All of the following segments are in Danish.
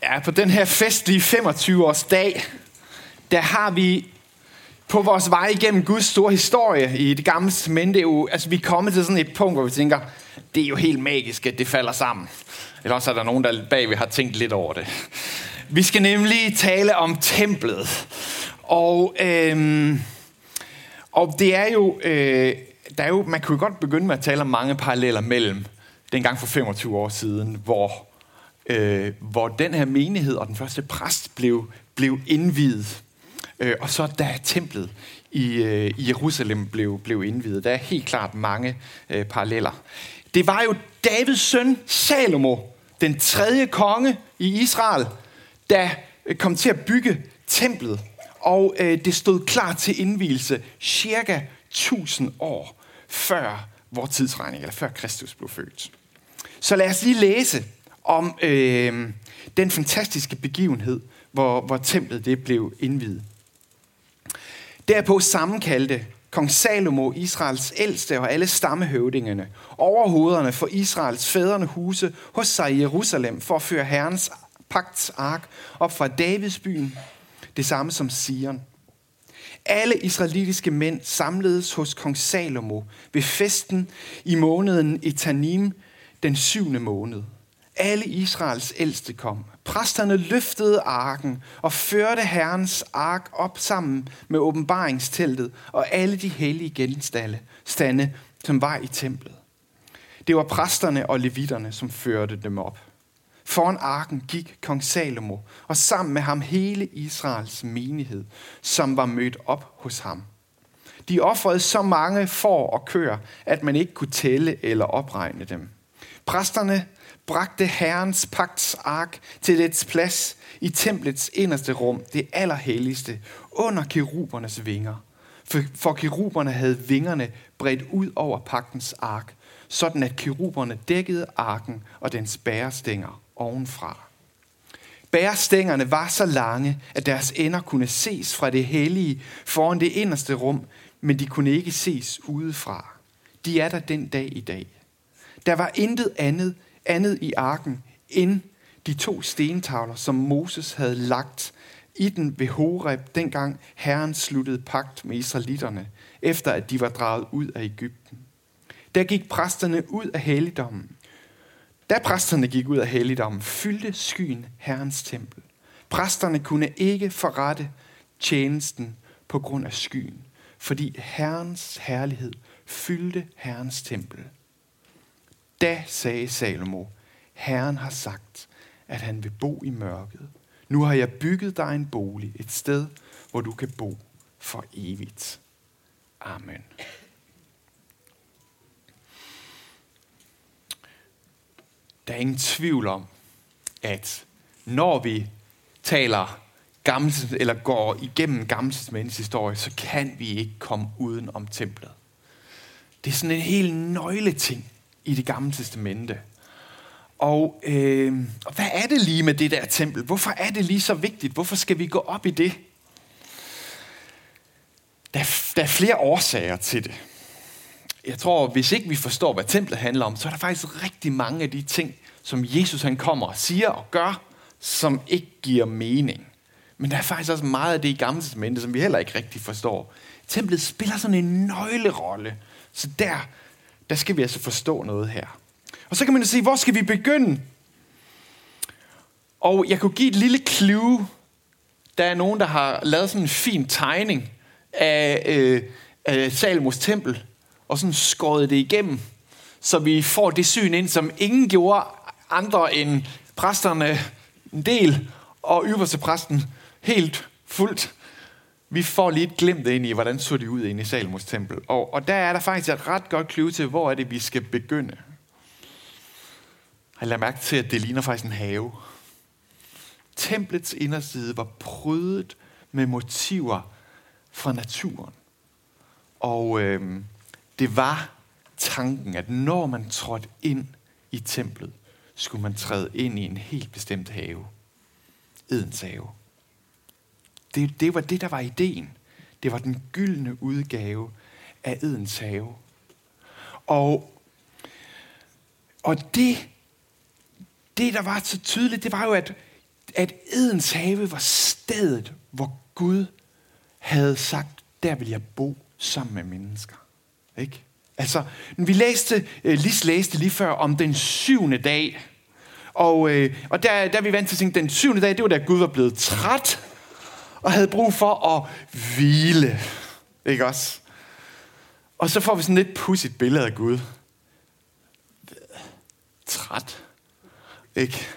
Ja, på den her festlige 25-års dag, der har vi på vores vej igennem Guds store historie i det gamle testamente, altså vi er kommet til sådan et punkt, hvor vi tænker, det er jo helt magisk, at det falder sammen. Eller også er der nogen, der bagved har tænkt lidt over det. Vi skal nemlig tale om templet. Og det er jo, man kunne jo godt begynde med at tale om mange paralleller mellem dengang for 25 år siden, hvor den her menighed og den første præst blev indviet. Og så da templet i Jerusalem blev indviet. Der er helt klart mange paralleller. Det var jo Davids søn Salomo, den 3. konge i Israel, der kom til at bygge templet. Og det stod klar til indvielse cirka 1000 år før vores tidsregning, eller før Kristus blev født. Så lad os lige læse om den fantastiske begivenhed, hvor templet det blev indviet. Derpå sammenkaldte kong Salomo Israels ældste og alle stammehøvdingerne, overhovederne for Israels fædrene huse hos sig i Jerusalem, for at føre Herrens pagts ark op fra Davids byen, det samme som Sion. Alle israelitiske mænd samledes hos kong Salomo ved festen i måneden Etanim, den 7. måned. Alle Israels ældste kom. Præsterne løftede arken og førte Herrens ark op sammen med åbenbaringsteltet og alle de hellige genstande, som var i templet. Det var præsterne og levitterne, som førte dem op. Foran arken gik kong Salomo, og sammen med ham hele Israels menighed, som var mødt op hos ham. De ofrede så mange får og køer, at man ikke kunne tælle eller opregne dem. Præsterne bragte Herrens pagts ark til dets plads i templets inderste rum, det allerhelligste, under kerubernes vinger. For keruberne havde vingerne bredt ud over pagtens ark, sådan at keruberne dækkede arken og dens bærestænger ovenfra. Bærestængerne var så lange, at deres ender kunne ses fra det hellige foran det inderste rum, men de kunne ikke ses udefra. De er der den dag i dag. Der var intet andet i arken end de 2 stentavler, som Moses havde lagt i den ved Horeb, dengang Herren sluttede pagt med israelitterne, efter at de var draget ud af Egypten. Der gik præsterne ud af helligdommen. Da præsterne gik ud af helligdommen, fyldte skyen Herrens tempel. Præsterne kunne ikke forrette tjenesten på grund af skyen, fordi Herrens herlighed fyldte Herrens tempel. Da sagde Salomo, Herren har sagt, at han vil bo i mørket. Nu har jeg bygget dig en bolig, et sted, hvor du kan bo for evigt. Amen. Der er ingen tvivl om, at når vi taler eller går igennem Gamle Testamentets historie, så kan vi ikke komme uden om templet. Det er sådan en helt nøgleting i det Gamle Testamente. Og hvad er det lige med det der tempel? Hvorfor er det lige så vigtigt? Hvorfor skal vi gå op i det? Der er flere årsager til det. Jeg tror, hvis ikke vi forstår, hvad templet handler om, så er der faktisk rigtig mange af de ting, som Jesus han kommer og siger og gør, som ikke giver mening. Men der er faktisk også meget af det i Gamle Testamentet, som vi heller ikke rigtig forstår. Templet spiller sådan en nøglerolle. Så der skal vi altså forstå noget her. Og så kan man jo sige, hvor skal vi begynde? Og jeg kunne give et lille clue. Der er nogen, der har lavet sådan en fin tegning af Salomos tempel, og sådan skåret det igennem, så vi får det syn ind, som ingen gjorde andre end præsterne en del, og øverste præsten helt fuldt. Vi får lige et glimt ind i, hvordan så det ud inde i Salomos tempel. Og der er der faktisk et ret godt clue til, hvor er det, vi skal begynde. Jeg lader mærke til, at det ligner faktisk en have. Templets inderside var prydet med motiver fra naturen. Og det var tanken, at når man trådte ind i templet, skulle man træde ind i en helt bestemt have. Edens have. Det var det, der var ideen. Det var den gyldne udgave af Edens have. Og det, der var så tydeligt, det var jo, at Edens have var stedet, hvor Gud havde sagt, der vil jeg bo sammen med mennesker. Ikke? Altså, vi læste lige før om den 7. dag. Og der er vi vant til at tænke, den 7. dag, det var da Gud var blevet træt, og havde brug for at hvile. Ikke også? Og så får vi sådan lidt pudsigt billede af Gud. Træt. Ikke?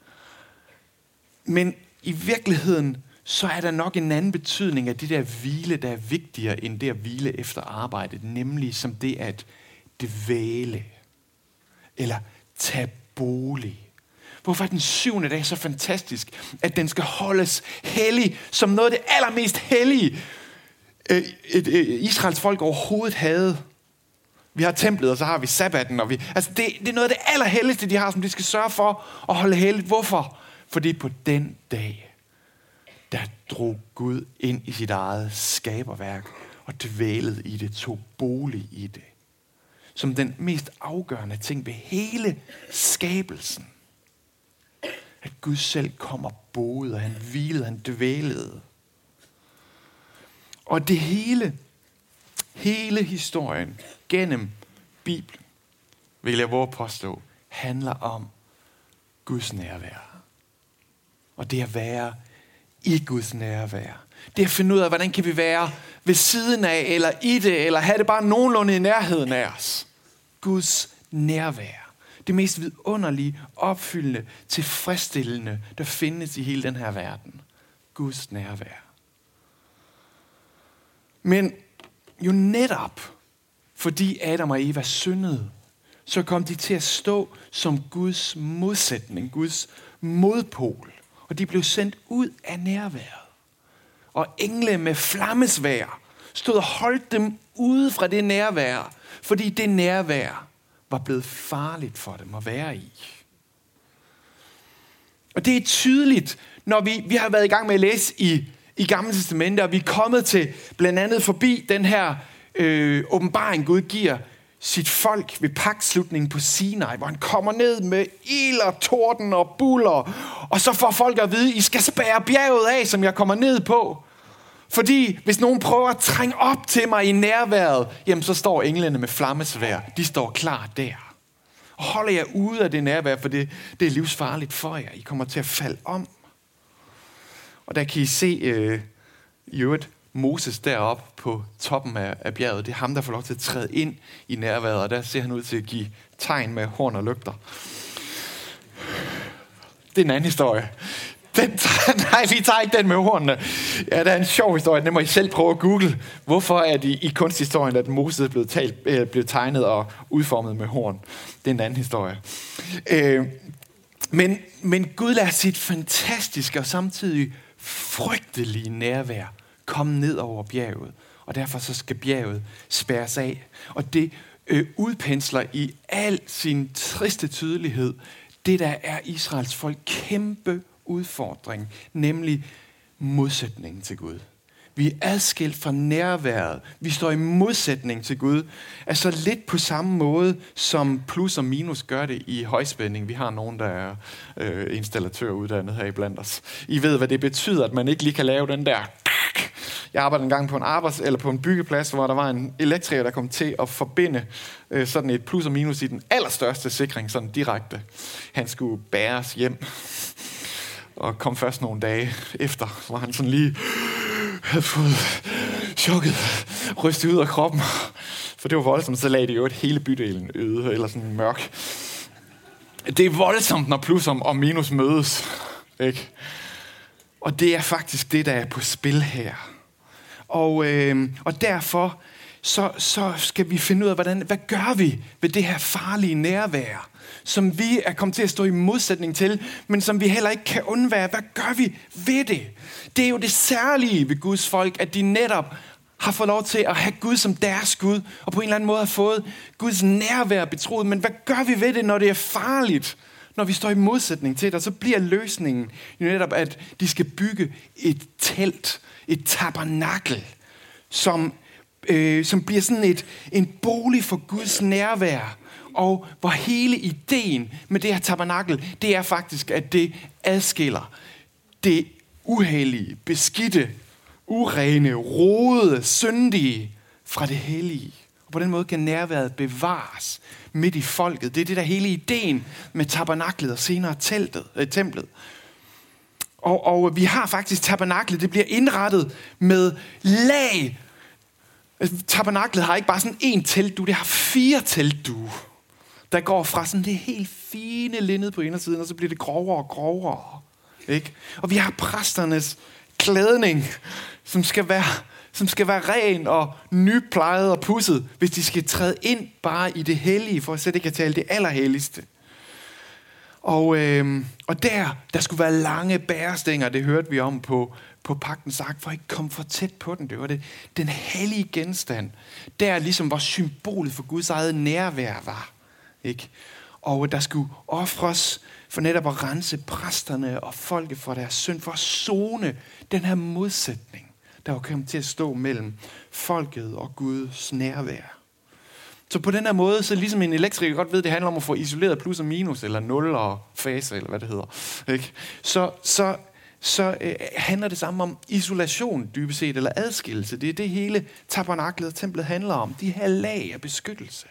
Men i virkeligheden, så er der nok en anden betydning af det der hvile, der er vigtigere end det at hvile efter arbejdet. Nemlig som det at dvæle. Eller tage bolig. Hvorfor er den 7. dag så fantastisk, at den skal holdes hellig, som noget af det allermest hellige, Israels folk overhovedet havde. Vi har templet, og så har vi sabbaten. Og det er noget af det allerhelligste, de har, som de skal sørge for at holde helligt. Hvorfor? Fordi på den dag, der drog Gud ind i sit eget skaberværk og dvælede i det, tog bolig i det. Som den mest afgørende ting ved hele skabelsen. At Gud selv kom og boede, og han hvilede, han dvælede. Og det hele historien gennem Bibelen, vil jeg våge at påstå, handler om Guds nærvær. Og det at være i Guds nærvær. Det at finde ud af, hvordan kan vi være ved siden af, eller i det, eller have det bare nogenlunde i nærheden af os. Guds nærvær. Det mest vidunderlige, opfyldende, tilfredsstillende, der findes i hele den her verden. Guds nærvær. Men jo netop, fordi Adam og Eva syndede, så kom de til at stå som Guds modsætning, Guds modpol. Og de blev sendt ud af nærværet. Og engle med flammesværd stod og holdt dem ude fra det nærvær, fordi det nærvær var blevet farligt for dem at være i. Og det er tydeligt, når vi har været i gang med at læse i Gamle Testamente, og vi er kommet til blandt andet forbi den her åbenbaring, Gud giver sit folk ved pagtslutningen på Sinai, hvor han kommer ned med ild og torden og buller, og så får folk at vide, I skal spærre bjerget af, som jeg kommer ned på. Fordi hvis nogen prøver at trænge op til mig i nærværet, jamen så står englene med flammesværd. De står klar der. Og holder jer ude af det nærvær, for det er livsfarligt for jer. I kommer til at falde om. Og der kan I se i øvrigt Moses deroppe på toppen af bjerget. Det er ham, der får lov til at træde ind i nærværet, og der ser han ud til at give tegn med horn og lygter. Det er en anden historie. Nej, vi tager ikke den med hornene. Ja, det er en sjov historie. Den må I selv prøve at google. Hvorfor er det i kunsthistorien, at Moses er blevet tegnet og udformet med horn? Det er en anden historie. Men Gud lader sit fantastiske og samtidig frygtelige nærvær komme ned over bjerget. Og derfor så skal bjerget spærres af. Og det udpensler i al sin triste tydelighed det, der er Israels folk kæmpe udfordring, nemlig modsætningen til Gud. Vi er adskilt fra nærværet. Vi står i modsætning til Gud. Altså lidt på samme måde, som plus og minus gør det i højspænding. Vi har nogen, der er installatører uddannet her iblandt os. I ved, hvad det betyder, at man ikke lige kan lave den der. Jeg arbejdede engang på en byggeplads, hvor der var en elektriker, der kom til at forbinde sådan et plus og minus i den allerstørste sikring, sådan direkte. Han skulle bæres hjem. Og kom først nogle dage efter, hvor han sådan lige havde fået chokket, rystet ud af kroppen. For det var voldsomt, så lagde det jo hele bydelen øde, eller sådan mørk. Det er voldsomt, når plus og minus mødes. Ikke? Og det er faktisk det, der er på spil her. Og derfor så skal vi finde ud af, hvad gør vi ved det her farlige nærvær, som vi er kommet til at stå i modsætning til, men som vi heller ikke kan undvære. Hvad gør vi ved det? Det er jo det særlige ved Guds folk, at de netop har fået lov til at have Gud som deres Gud, og på en eller anden måde har fået Guds nærvær betroet. Men hvad gør vi ved det, når det er farligt? Når vi står i modsætning til det, så bliver løsningen jo netop, at de skal bygge et telt, et tabernakel, som bliver sådan en bolig for Guds nærvær. Og hvor hele ideen med det her tabernakel, det er faktisk, at det adskiller det uhellige, beskidte, urene, rodede, syndige fra det hellige. Og på den måde kan nærværet bevares midt i folket. Det er det der hele ideen med tabernaklet og senere templet. Og vi har faktisk tabernaklet, det bliver indrettet med lag. Tabernaklet har ikke bare sådan en teltdue, det har 4 teltdue, der går fra sådan det helt fine linned på indersiden, og så bliver det grovere og grovere. Ikke? Og vi har præsternes klædning, som skal være ren og nyplejet og pudset, hvis de skal træde ind bare i det hellige, for at slet ikke at tale det allerhelligste. Og der skulle være lange bærestænger, det hørte vi om på pagtens ark, for at ikke komme for tæt på den. Det var den hellige genstand, der ligesom var symbolet for Guds eget nærvær var. Ikke? Og der skulle ofres for netop at rense præsterne og folket for deres synd, for at zone den her modsætning, der var kommet til at stå mellem folket og Guds nærvær. Så på den her måde, så ligesom en elektriker godt ved, det handler om at få isoleret plus og minus, eller nul og fase, eller hvad det hedder. Ikke? Så handler det samme om isolation, dybest set, eller adskillelse. Det er det hele tabernaklet og templet handler om. De her lag af beskyttelse.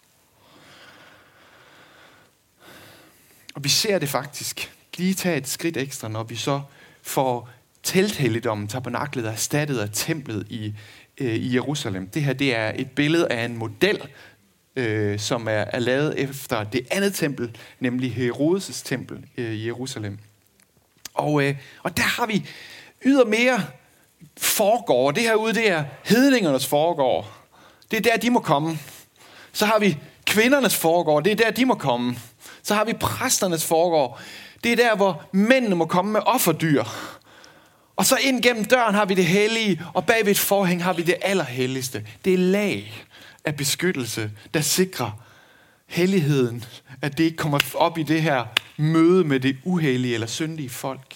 Og vi ser det faktisk lige tage et skridt ekstra, når vi så får telthelligdommen, tabernaklet, erstattet af templet i Jerusalem. Det her, det er et billede af en model, som er lavet efter det andet tempel, nemlig Herodes' tempel i Jerusalem. Og der har vi ydermere forgård. Det her ude, det er hedningernes forgård. Det er der, de må komme. Så har vi kvindernes forgård. Det er der, de må komme. Så har vi præsternes forgård. Det er der, hvor mændene må komme med offerdyr. Og så ind gennem døren har vi det hellige, og bag ved et forhæng har vi det allerhelligste. Det er lag af beskyttelse, der sikrer helligheden, at det ikke kommer op i det her møde med det uhellige eller syndige folk.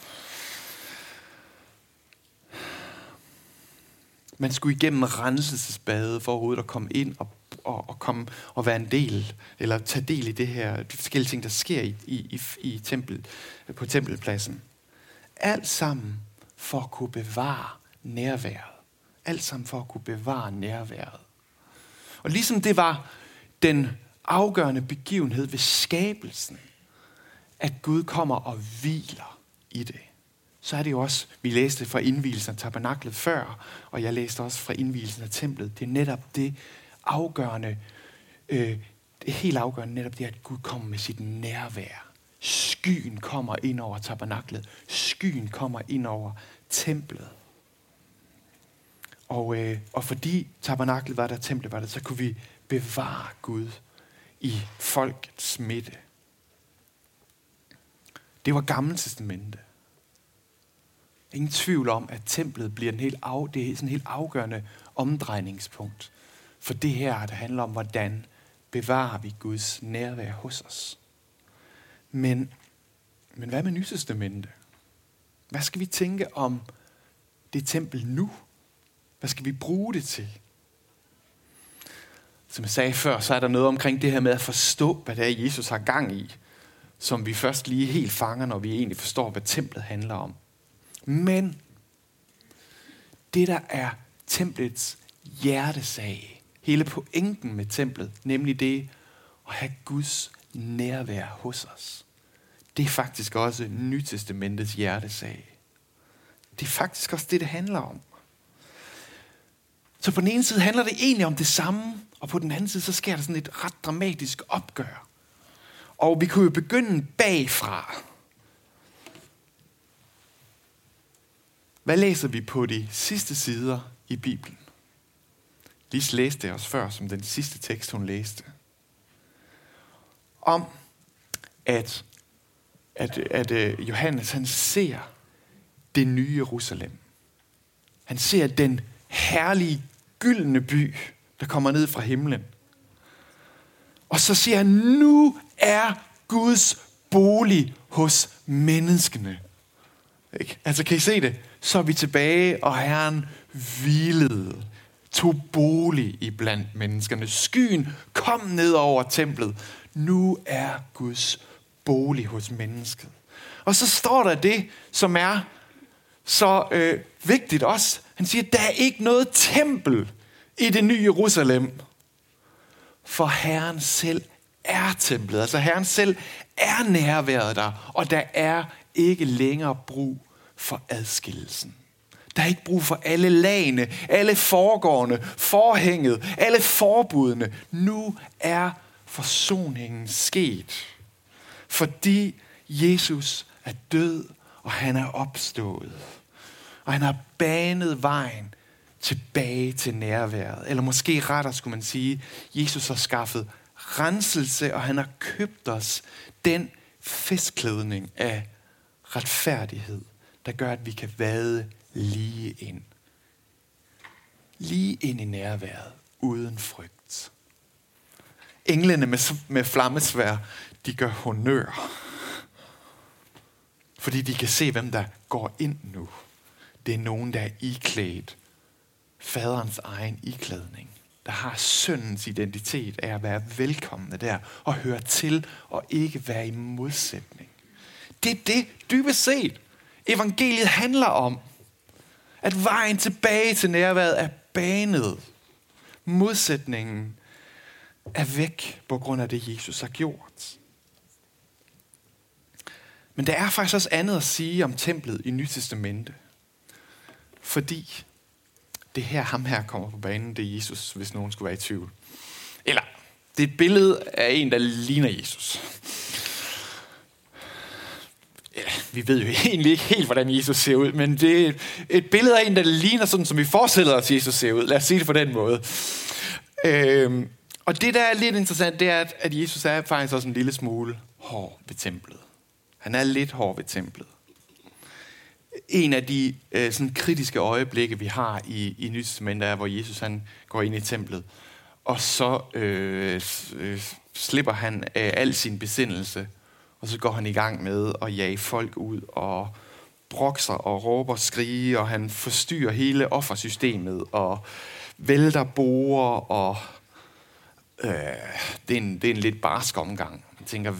Man skulle igennem renselsesbade for overhovedet at komme ind og komme og være en del, eller tage del i det her, de forskellige ting, der sker i tempel, på tempelpladsen. Alt sammen for at kunne bevare nærværet. Alt sammen for at kunne bevare nærværet. Og ligesom det var den afgørende begivenhed ved skabelsen, at Gud kommer og hviler i det, så er det jo også, vi læste fra indvielsen af tabernaklet før, og jeg læste også fra indvielsen af templet. Det er netop det afgørende, det er helt afgørende netop det, at Gud kommer med sit nærvær. Skyen kommer ind over tabernaklet. Skyen kommer ind over templet. Og fordi tabernaklet var der, templet var der, så kunne vi bevare Gud i folkets midte. Det var Gamle Testamente. Ingen tvivl om, at templet bliver det er sådan en helt afgørende omdrejningspunkt for det her, der handler om, hvordan bevarer vi Guds nærvær hos os. Men hvad med Nye Testamente? Hvad skal vi tænke om det tempel nu? Hvad skal vi bruge det til? Som jeg sagde før, så er der noget omkring det her med at forstå, hvad det er, Jesus har gang i, som vi først lige helt fanger, når vi egentlig forstår, hvad templet handler om. Men det, der er templets hjertesag, hele pointen med templet, nemlig det at have Guds nærvær hos os, det er faktisk også Nytestamentets hjertesag. Det er faktisk også det handler om. Så på den ene side handler det egentlig om det samme, og på den anden side, så sker der sådan et ret dramatisk opgør. Og vi kunne jo begynde bagfra. Hvad læser vi på de sidste sider i Bibelen? Lise læste det også før, som den sidste tekst, hun læste. Om, at Johannes, han ser det nye Jerusalem. Han ser den herlige, gyldne by, der kommer ned fra himlen. Og så siger han, nu er Guds bolig hos menneskene. Ikke? Altså, kan I se det? Så er vi tilbage, og Herren hvilede, tog bolig i blandt menneskerne. Skyen kom ned over templet. Nu er Guds bolig hos mennesket. Og så står der det, som er så vigtigt også. Han siger, der er ikke noget tempel i det nye Jerusalem. For Herren selv er templet. Altså Herren selv er nærværet der. Og der er ikke længere brug for adskillelsen. Der er ikke brug for alle lagene, alle forgårdene, forhænget, alle forbudene. Nu er forsoningen sket. Fordi Jesus er død, og han er opstået. Og han har banet vejen tilbage til nærværet. Eller måske rettere skulle man sige, Jesus har skaffet renselse, og han har købt os den festklædning af retfærdighed, der gør, at vi kan vade lige ind. Lige ind i nærværet, uden frygt. Englene med flammesværd, de gør honør. Fordi de kan se, hvem der går ind nu. Det er nogen, der er iklædt faderens egen iklædning. Der har søndens identitet af at være velkomne der og høre til og ikke være i modsætning. Det er det, dybest set, evangeliet handler om. At vejen tilbage til nærværet er banet. Modsætningen er væk på grund af det, Jesus har gjort. Men der er faktisk også andet at sige om templet i Nye Testamente. Fordi det her, ham her kommer på banen, det er Jesus, hvis nogen skulle være i tvivl. Eller, det er et billede af en, der ligner Jesus. Ja, vi ved jo egentlig ikke helt, hvordan Jesus ser ud, men det er et billede af en, der ligner sådan, som vi forestiller os, Jesus ser ud. Lad os sige det på den måde. Og det, der er lidt interessant, det er, at Jesus er faktisk også en lille smule hård ved templet. Han er lidt hård ved templet. En af de sådan kritiske øjeblikke, vi har i Nye Testamentet, er, hvor Jesus han går ind i templet, og så slipper han al sin besindelse, og så går han i gang med at jage folk ud og brokser og råber og skrige, og han forstyrrer hele offersystemet og vælter borer, og det er en lidt barsk omgang. Man tænker,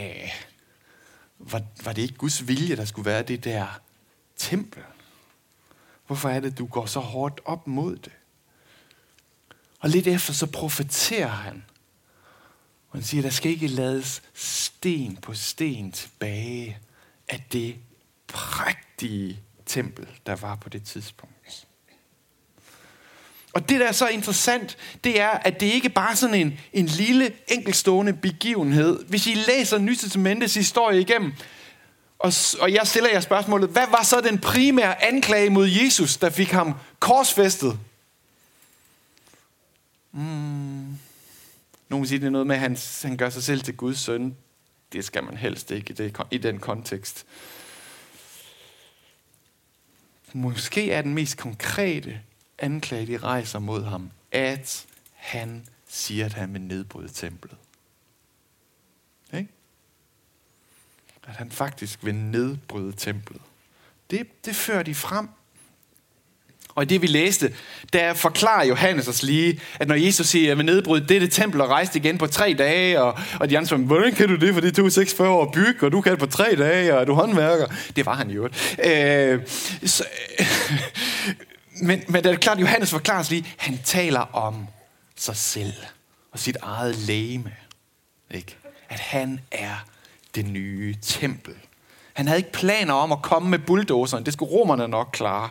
var det ikke Guds vilje, der skulle være det der tempel? Hvorfor er det, du går så hårdt op mod det? Og lidt efter så profeterer han. Og han siger, der skal ikke lades sten på sten tilbage af det prægtige tempel, der var på det tidspunkt. Og det, der er så interessant, det er, at det ikke bare er sådan en lille, enkeltstående begivenhed. Hvis I læser Nye Testamentets historie igennem, og jeg stiller jer spørgsmålet, hvad var så den primære anklage mod Jesus, der fik ham korsfæstet? Nogen siger, det er noget med, at han gør sig selv til Guds søn. Det skal man helst ikke i den kontekst. Måske er den mest konkrete anklage, de rejser mod ham, at han siger, at han vil nedbryde templet. Ikke? At han faktisk vil nedbryde templet. Det fører de frem. Og i det vi læste, der forklarer Johannes os lige, at når Jesus siger, at jeg vil nedbryde dette tempel og rejse igen på 3 dage, og de andre siger, hvordan kan du det, for det tog 46 år at bygge, og du kan det på 3 dage, og er du håndværker? Det var han jo. Men det er klart, Johannes forklarer os lige, han taler om sig selv og sit eget legeme. Ikke? At han er det nye tempel. Han havde ikke planer om at komme med bulldozeren. Det skulle romerne nok klare.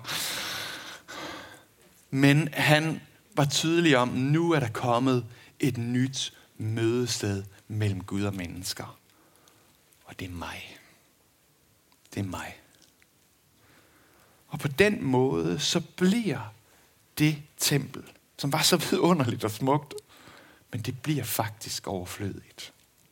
Men han var tydelig om, nu er der kommet et nyt mødested mellem Gud og mennesker. Og det er mig. Det er mig. Og på den måde, så bliver det tempel, som var så vidunderligt og smukt, men det bliver faktisk overflødigt.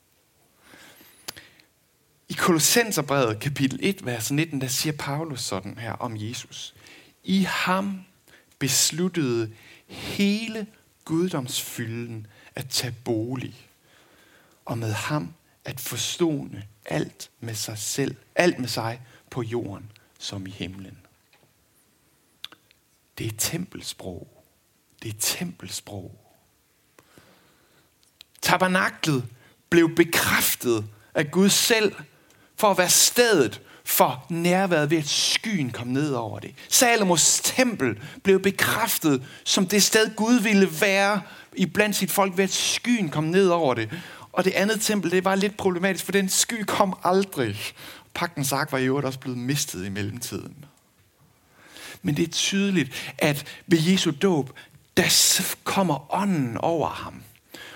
I Kolossenserbrevet kapitel 1, vers 19, der siger Paulus sådan her om Jesus. I ham besluttede hele guddomsfylden at tage bolig, og med ham at forsone alt med sig selv, alt med sig på jorden som i himlen. Det er tempelsprog. Det er tempelsprog. Tabernaklet blev bekræftet af Gud selv for at være stedet, for nærværet ved, at skyen kom ned over det. Salomos tempel blev bekræftet som det sted, Gud ville være i blandt sit folk, ved at skyen kom ned over det. Og det andet tempel, det var lidt problematisk, for den sky kom aldrig. Pagtens ark var i øvrigt også blevet mistet i mellemtiden. Men det er tydeligt, at ved Jesu dåb, der kommer ånden over ham.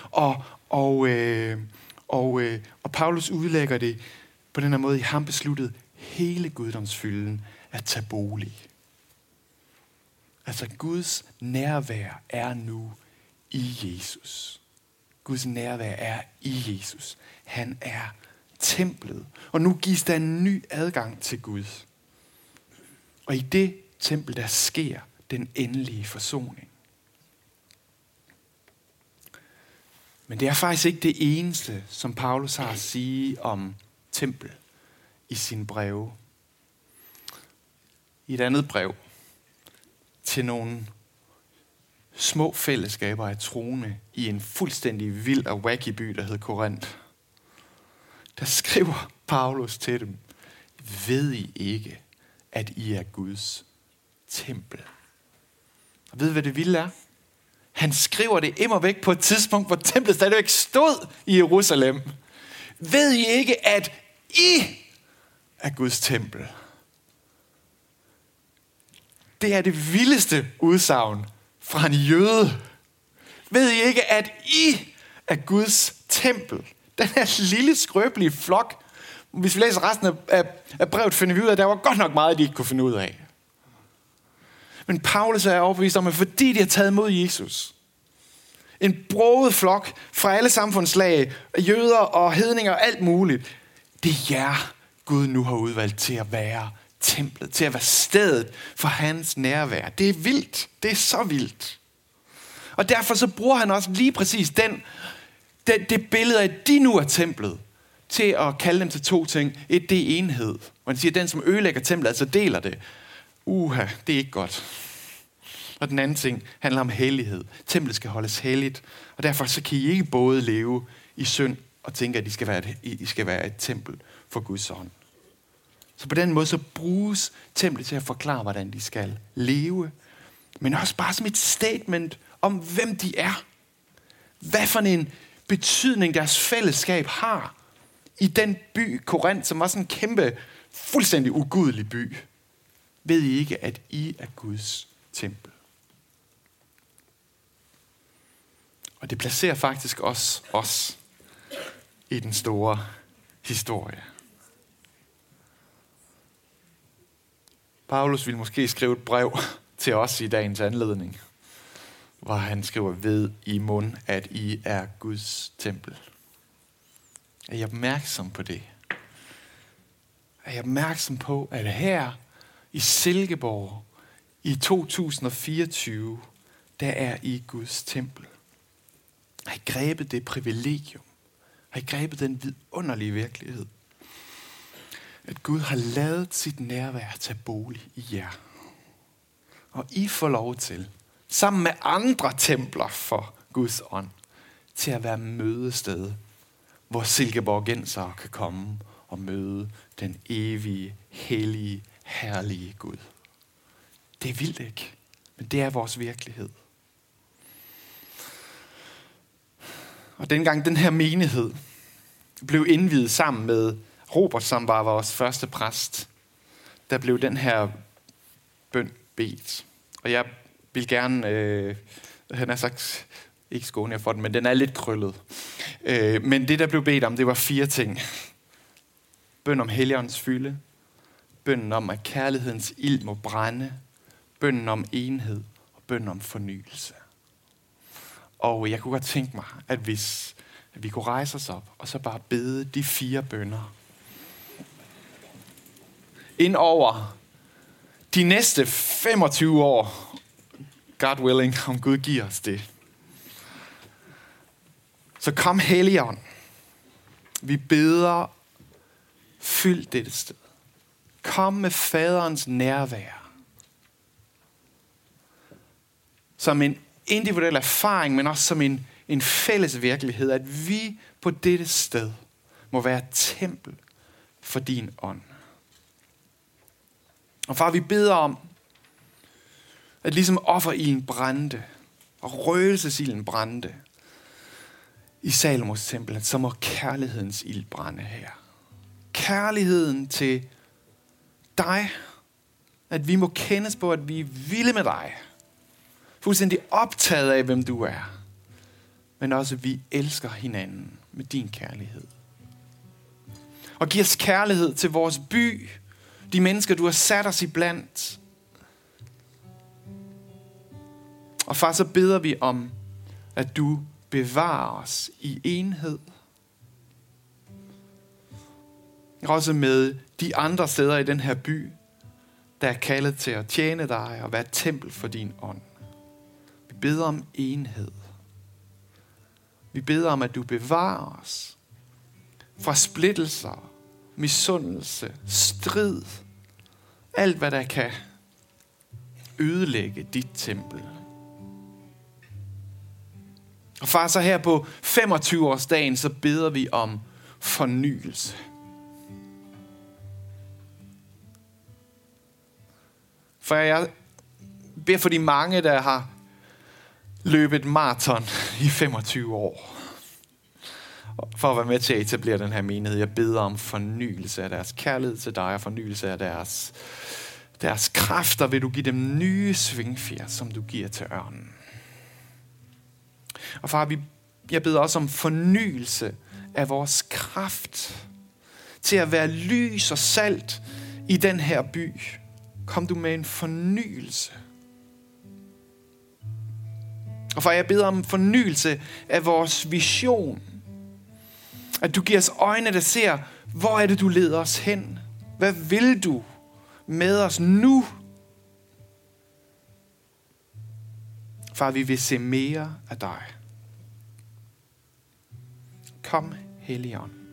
Og Paulus udlægger det på den her måde, i ham besluttede hele guddomsfylden at tage bolig. Altså Guds nærvær er nu i Jesus. Guds nærvær er i Jesus. Han er templet. Og nu gives der en ny adgang til Gud. Og i det tempel, der sker den endelige forsoning. Men det er faktisk ikke det eneste, som Paulus har at sige om tempel i sine breve. I et andet brev til nogle små fællesskaber af troende i en fuldstændig vild og wacky by, der hed Korinth, der skriver Paulus til dem: ved I ikke, at I er Guds tempel? Og ved I, hvad det vilde er? Han skriver det immervæk på et tidspunkt, hvor templet stadigvæk stod i Jerusalem. Ved I ikke, at I er Guds tempel? Det er det vildeste udsagn fra en jøde. Ved I ikke, at I er Guds tempel? Den her lille skrøbelige flok. Hvis vi læser resten af brevet, finder vi ud af, at der var godt nok meget, de ikke kunne finde ud af. Men Paulus er overbevist om, at fordi de har taget imod Jesus, en broget flok fra alle samfundslag, jøder og hedninger og alt muligt, det er jer, Gud nu har udvalgt til at være templet, til at være stedet for hans nærvær. Det er vildt. Det er så vildt. Og derfor så bruger han også lige præcis det billede af, at de nu er templet, til at kalde dem til to ting. Det er enhed. Og han siger, at den, som ødelægger templet, altså deler det. Det er ikke godt. Og den anden ting handler om hellighed. Templet skal holdes helligt, og derfor så kan I ikke både leve i synd og tænke, at I skal være et tempel for Guds ånd. Så på den måde så bruges templet til at forklare, hvordan de skal leve, men også bare som et statement om, hvem de er. Hvad for en betydning deres fællesskab har i den by, Korinth, som var sådan en kæmpe, fuldstændig ugudelig by. Ved I ikke, at I er Guds tempel? Og det placerer faktisk også os i den store historie. Paulus ville måske skrive et brev til os i dagens anledning, hvor han skriver: ved i mund, at I er Guds tempel. Er I opmærksom på det? Er I opmærksom på, at her i Silkeborg i 2024, der er I Guds tempel? Har I grebet det privilegium? Har I grebet den vidunderlige virkelighed? At Gud har ladet sit nærvær tage bolig i jer. Og I får lov til, sammen med andre templer for Guds ånd, til at være mødested, hvor silkeborgensere kan komme og møde den evige, hellige, herlige Gud. Det er vildt, ikke? Men det er vores virkelighed. Og dengang den her menighed blev indviet sammen med Robert, som var vores første præst, der blev den her bøn bedt. Og jeg vil gerne, han har sagt, ikke skåne jer for den, men den er lidt krøllet. Men det, der blev bedt om, det var 4 ting. Bøn om Helligåndens fylde, bønnen om, at kærlighedens ild må brænde, bønnen om enhed og bønnen om fornyelse. Og jeg kunne godt tænke mig, at vi kunne rejse os op og så bare bede de 4 bønner ind over de næste 25 år, God willing, om Gud giver os det. Så kom Helligånd. Vi beder, fyld dette sted. Kom med faderens nærvær. Som en individuel erfaring, men også som en fælles virkelighed, at vi på dette sted må være et tempel for din ånd. Og far, vi beder om, at ligesom offerilden brændte, og røgelsesilden brændte i Salomos tempel, så må kærlighedens ild brænde her. Kærligheden til dig, at vi må kendes på, at vi er vilde med dig. Fuldstændig optaget af, hvem du er. Men også, at vi elsker hinanden med din kærlighed. Og giv os kærlighed til vores by, de mennesker, du har sat os iblandt. Og far, så beder vi om, at du bevarer os i enhed. Også med de andre steder i den her by, der er kaldet til at tjene dig og være et tempel for din ånd. Vi beder om enhed. Vi beder om, at du bevarer os fra splittelser, misundelse, strid, alt hvad der kan ødelægge dit tempel. Og far, så her på 25-årsdagen, så beder vi om fornyelse. For jeg beder for de mange, der har løbet maraton i 25 år. For at være med til at etablere den her menighed. Jeg beder om fornyelse af deres kærlighed til dig, og fornyelse af deres kræfter. Vil du give dem nye svingfjer, som du giver til ørnen. Og far, jeg beder også om fornyelse af vores kraft til at være lys og salt i den her by. Kom du med en fornyelse. Og far, jeg beder om fornyelse af vores vision. At du giver os øjne, der ser, hvor er det, du leder os hen? Hvad vil du med os nu? Far, vi vil se mere af dig. Kom, Helligånd.